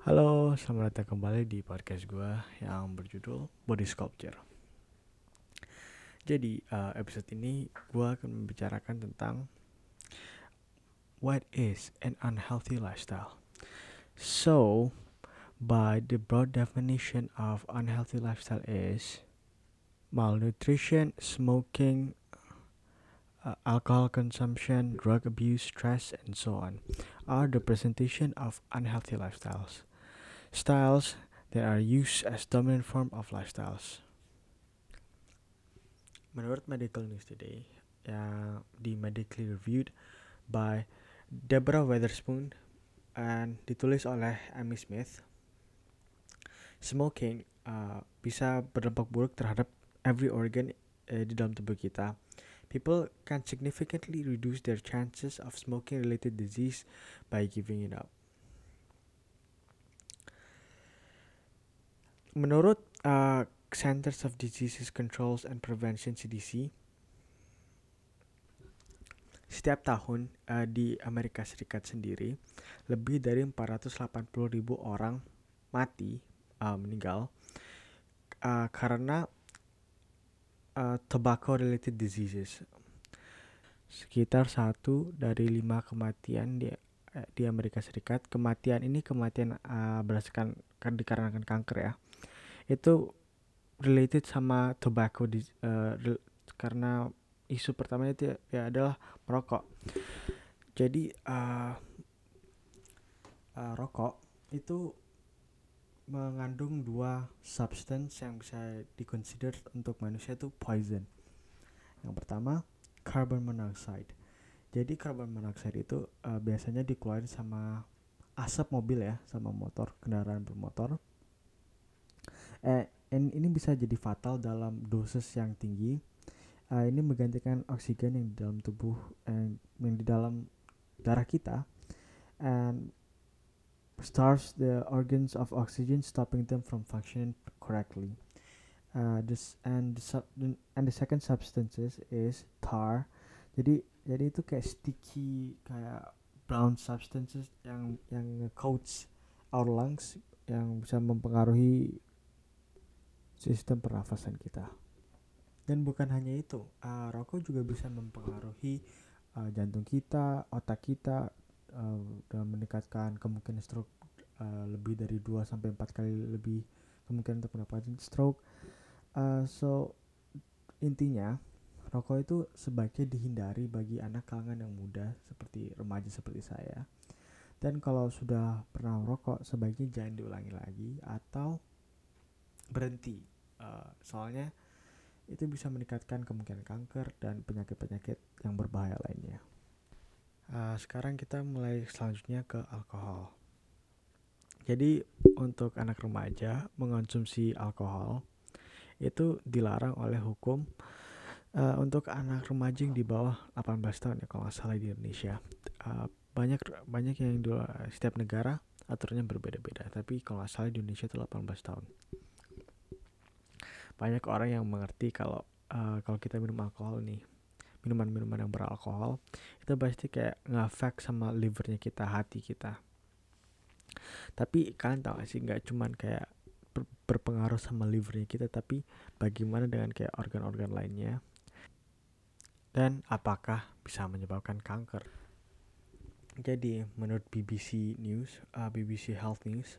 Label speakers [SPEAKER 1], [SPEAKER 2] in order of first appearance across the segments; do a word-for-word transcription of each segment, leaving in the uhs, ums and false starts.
[SPEAKER 1] Halo, selamat datang kembali di podcast gue yang berjudul Body Sculpture. Jadi, uh, episode ini gue akan membicarakan tentang what is an unhealthy lifestyle. So, by the broad definition of unhealthy lifestyle is malnutrition, smoking, uh, alcohol consumption, drug abuse, stress, and so on are the presentation of unhealthy lifestyles. Styles that are used as dominant form of lifestyles. Menurut Medical News Today, yang di medically reviewed by Deborah Witherspoon and ditulis oleh Amy Smith, smoking uh, bisa berdampak buruk terhadap every organ uh, di dalam tubuh kita. People can significantly reduce their chances of smoking-related disease by giving it up. Menurut uh, Centers of Disease Control and Prevention C D C, setiap tahun uh, di Amerika Serikat sendiri lebih dari empat ratus delapan puluh ribu orang mati, uh, meninggal uh, karena uh, tobacco related diseases. Sekitar satu dari lima kematian di uh, di Amerika Serikat, kematian ini kematian uh, berdasarkan kan dikarenakan kanker ya. Itu related sama tobacco di, uh, re, karena isu pertamanya itu ya adalah merokok. Jadi uh, uh, rokok itu mengandung dua substance yang bisa diconsider untuk manusia itu poison. Yang pertama carbon monoxide. Jadi carbon monoxide itu uh, biasanya dikeluarin sama asap mobil ya, sama motor, kendaraan bermotor. Eh, ini bisa jadi fatal dalam dosis yang tinggi. Uh, ini menggantikan oksigen yang di dalam tubuh, eh, yang di dalam darah kita, and starves the organs of oxygen, stopping them from functioning correctly. Uh, this and the sub, and the second substances is tar. Jadi jadi itu kayak sticky, kayak brown substances yang yang coats our lungs, yang bisa mempengaruhi sistem pernafasan kita. Dan bukan hanya itu, uh, rokok juga bisa mempengaruhi uh, jantung kita, otak kita, uh, dan meningkatkan kemungkinan stroke, uh, lebih dari dua sampai empat kali lebih kemungkinan untuk mendapatkan stroke. Uh, so intinya rokok itu sebaiknya dihindari bagi anak kalangan yang muda seperti remaja seperti saya. Dan kalau sudah pernah merokok, sebaiknya jangan diulangi lagi atau berhenti. Uh, soalnya itu bisa meningkatkan kemungkinan kanker dan penyakit-penyakit yang berbahaya lainnya. Uh, sekarang kita mulai selanjutnya ke alkohol. Jadi untuk anak remaja mengonsumsi alkohol itu dilarang oleh hukum uh, untuk anak remaja yang di bawah delapan belas tahun ya, kalau nggak salah di Indonesia. Uh, banyak banyak yang di setiap negara aturannya berbeda-beda, tapi kalau nggak salah di Indonesia itu delapan belas tahun. Banyak orang yang mengerti kalau uh, kalau kita minum alkohol nih, minuman-minuman yang beralkohol itu pasti kayak ngefek sama livernya kita, hati kita. Tapi kalian tahu gak sih, nggak cuman kayak ber- berpengaruh sama livernya kita, tapi bagaimana dengan kayak organ-organ lainnya, dan apakah bisa menyebabkan kanker. Jadi menurut B B C News, uh, B B C Health News,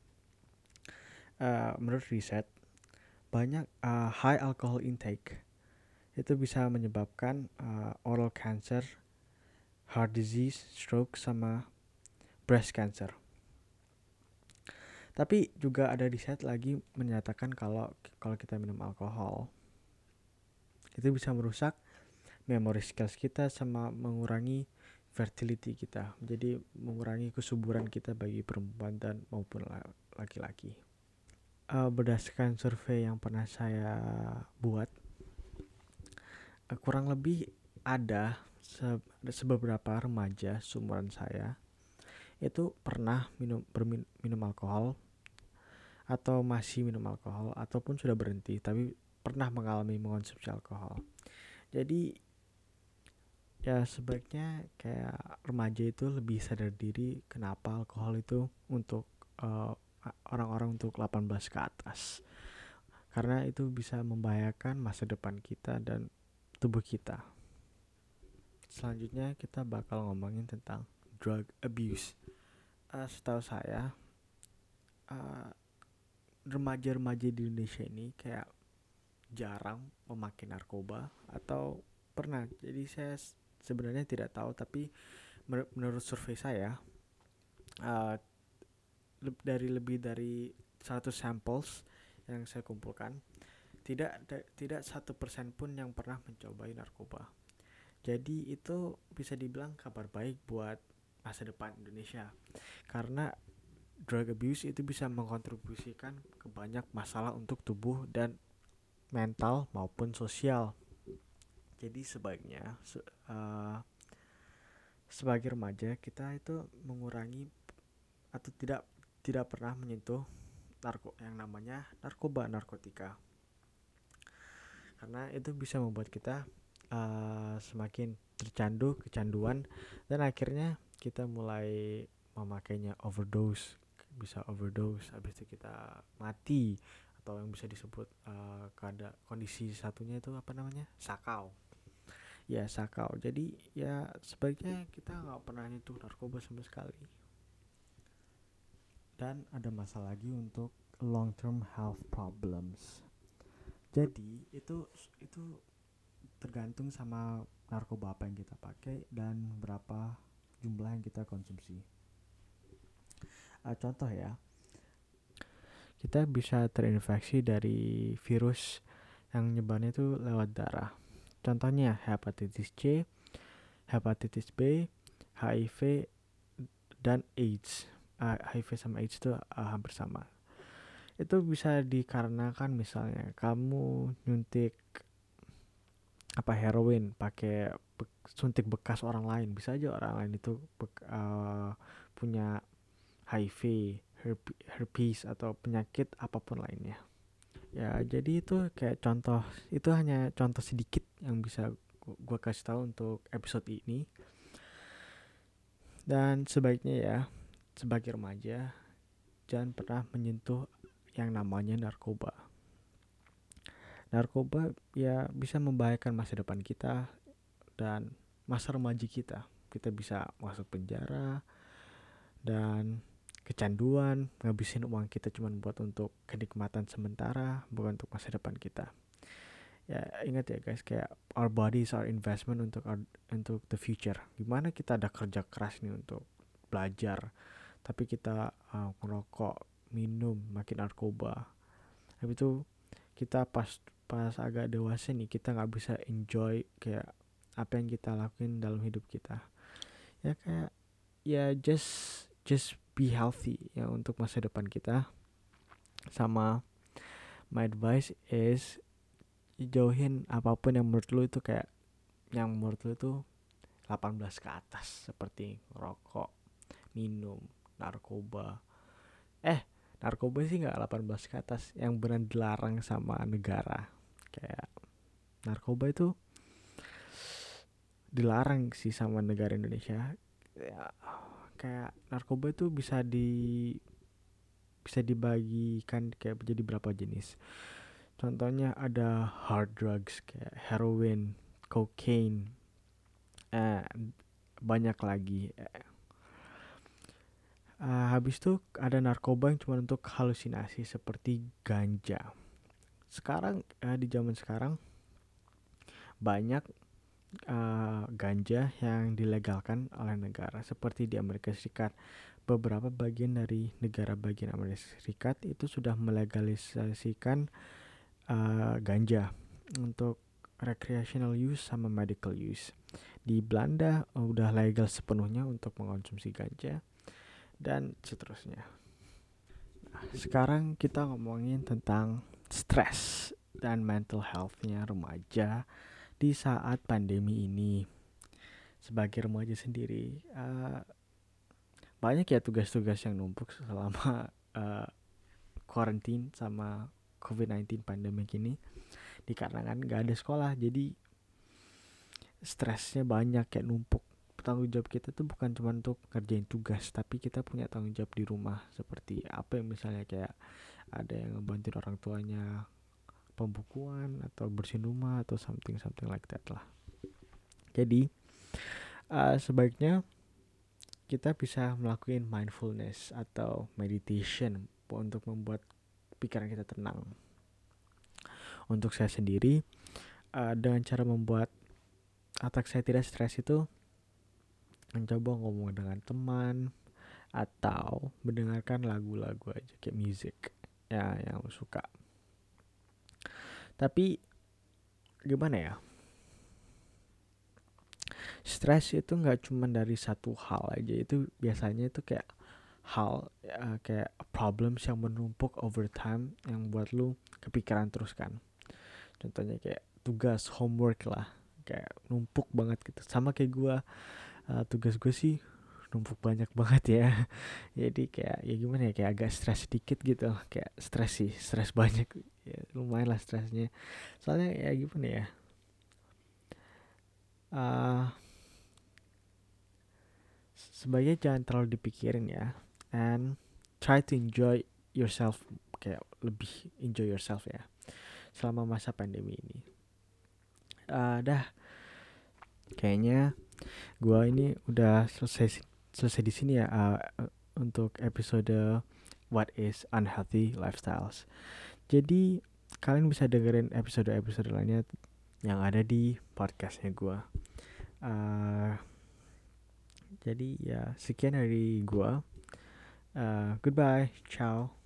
[SPEAKER 1] uh, menurut riset, banyak uh, high alcohol intake itu bisa menyebabkan uh, oral cancer, heart disease, stroke, sama breast cancer. Tapi juga ada riset lagi menyatakan kalau kalau kita minum alkohol itu bisa merusak memory skills kita sama mengurangi fertility kita. Jadi mengurangi kesuburan kita bagi perempuan dan maupun laki-laki. Uh, berdasarkan survei yang pernah saya buat, uh, kurang lebih ada se- sebeberapa remaja seumuran saya itu pernah minum bermin, minum alkohol, atau masih minum alkohol, ataupun sudah berhenti tapi pernah mengalami mengonsumsi alkohol. Jadi ya sebaiknya kayak remaja itu lebih sadar diri kenapa alkohol itu untuk uh, orang-orang untuk delapan belas ke atas, karena itu bisa membahayakan masa depan kita dan tubuh kita. Selanjutnya kita bakal ngomongin tentang drug abuse. Uh, setahu saya uh, remaja-remaja di Indonesia ini kayak jarang memakai narkoba atau pernah. Jadi saya sebenarnya tidak tahu, tapi menurut survei saya uh, dari lebih dari seratus samples yang saya kumpulkan, tidak tidak satu persen pun yang pernah mencobai narkoba. Jadi itu bisa dibilang kabar baik buat masa depan Indonesia, karena drug abuse itu bisa mengkontribusikan ke banyak masalah untuk tubuh dan mental maupun sosial. Jadi sebaiknya uh, sebagai remaja kita itu mengurangi atau tidak tidak pernah menyentuh narko yang namanya narkoba, narkotika, karena itu bisa membuat kita uh, semakin tercandu, kecanduan, dan akhirnya kita mulai memakainya overdose, bisa overdose, habis itu kita mati, atau yang bisa disebut uh, kada kondisi satunya itu apa namanya, sakau. Ya sakau. Jadi ya sebaiknya kita nggak pernah nyentuh narkoba sama sekali. Dan ada masalah lagi untuk long term health problems. Jadi itu itu tergantung sama narkoba apa yang kita pakai dan berapa jumlah yang kita konsumsi. Uh, contoh ya, kita bisa terinfeksi dari virus yang nyebarnya itu lewat darah. Contohnya hepatitis C, hepatitis B, H I V, dan AIDS. Uh, H I V sama AIDS itu uh, hampir sama. Itu bisa dikarenakan misalnya kamu nyuntik apa heroin pakai be- suntik bekas orang lain. Bisa aja orang lain itu be- uh, punya H I V, herp- herpes atau penyakit apapun lainnya. Ya jadi itu kayak contoh, itu hanya contoh sedikit yang bisa gue kasih tahu untuk episode ini. Dan sebaiknya ya sebagai remaja jangan pernah menyentuh yang namanya narkoba. Narkoba ya bisa membahayakan masa depan kita dan masa remaja kita. Kita bisa masuk penjara dan kecanduan, ngabisin uang kita cuma buat untuk kenikmatan sementara, bukan untuk masa depan kita. Ya ingat ya guys, kayak our body is our investment untuk our, untuk the future. Gimana kita ada kerja keras nih untuk belajar, tapi kita uh, merokok, minum, makin narkoba. Habis itu kita pas pas agak dewasa nih kita nggak bisa enjoy kayak apa yang kita lakuin dalam hidup kita. Ya kayak ya just just be healthy ya untuk masa depan kita. Sama my advice is jauhin apapun yang menurut lu itu kayak yang menurut lu itu delapan belas ke atas, seperti rokok, minum, narkoba. Eh, narkoba sih nggak delapan belas ke atas, yang benar dilarang sama negara. Kayak narkoba itu dilarang sih sama negara Indonesia. Ya, kayak narkoba itu bisa di bisa dibagikan kayak jadi berapa jenis. Contohnya ada hard drugs kayak heroin, cocaine, eh, banyak lagi. Uh, habis itu ada narkoba yang cuma untuk halusinasi seperti ganja. Sekarang uh, di zaman sekarang banyak uh, ganja yang dilegalkan oleh negara seperti di Amerika Serikat. Beberapa bagian dari negara bagian Amerika Serikat itu sudah melegalisasikan uh, ganja untuk recreational use sama medical use. Di Belanda uh, udah legal sepenuhnya untuk mengonsumsi ganja dan seterusnya. Nah, sekarang kita ngomongin tentang stres dan mental health-nya remaja di saat pandemi ini. Sebagai remaja sendiri, uh, banyak ya tugas-tugas yang numpuk selama uh, quarantine sama covid sembilan belas pandemi ini. Dikarenakan gak ada sekolah, jadi stresnya banyak kayak numpuk. tanggung jawab kita tuh bukan cuma untuk ngerjain tugas, tapi kita punya tanggung jawab di rumah. Seperti apa yang misalnya kayak ada yang ngebantuin orang tuanya pembukuan atau bersihin rumah atau something something like that lah. Jadi uh, sebaiknya kita bisa melakukan mindfulness atau meditation untuk membuat pikiran kita tenang. Untuk saya sendiri, uh, dengan cara membuat otak saya tidak stres itu mencoba ngomong dengan teman atau mendengarkan lagu-lagu aja kayak music ya yang lo suka. Tapi gimana ya? Stres itu nggak cuma dari satu hal aja, itu biasanya itu kayak hal uh, kayak problems yang menumpuk over time yang buat lu kepikiran terus kan. Contohnya kayak tugas homework lah, kayak numpuk banget gitu. Sama kayak gue, uh, tugas gue sih numpuk banyak banget ya. Jadi kayak ya gimana ya, kayak agak stres sedikit gitu. Kayak stres sih, stres banyak ya, lumayan lah stresnya. Soalnya ya gimana ya, uh, sebaiknya jangan terlalu dipikirin ya, and try to enjoy yourself, kayak lebih enjoy yourself ya selama masa pandemi ini. Uh, dah kayaknya gua ini udah selesai selesai di sini ya, uh, untuk episode What is Unhealthy Lifestyles. Jadi kalian bisa dengerin episode-episode lainnya yang ada di podcastnya gua. Uh, jadi ya sekian dari gua. Uh, goodbye, ciao.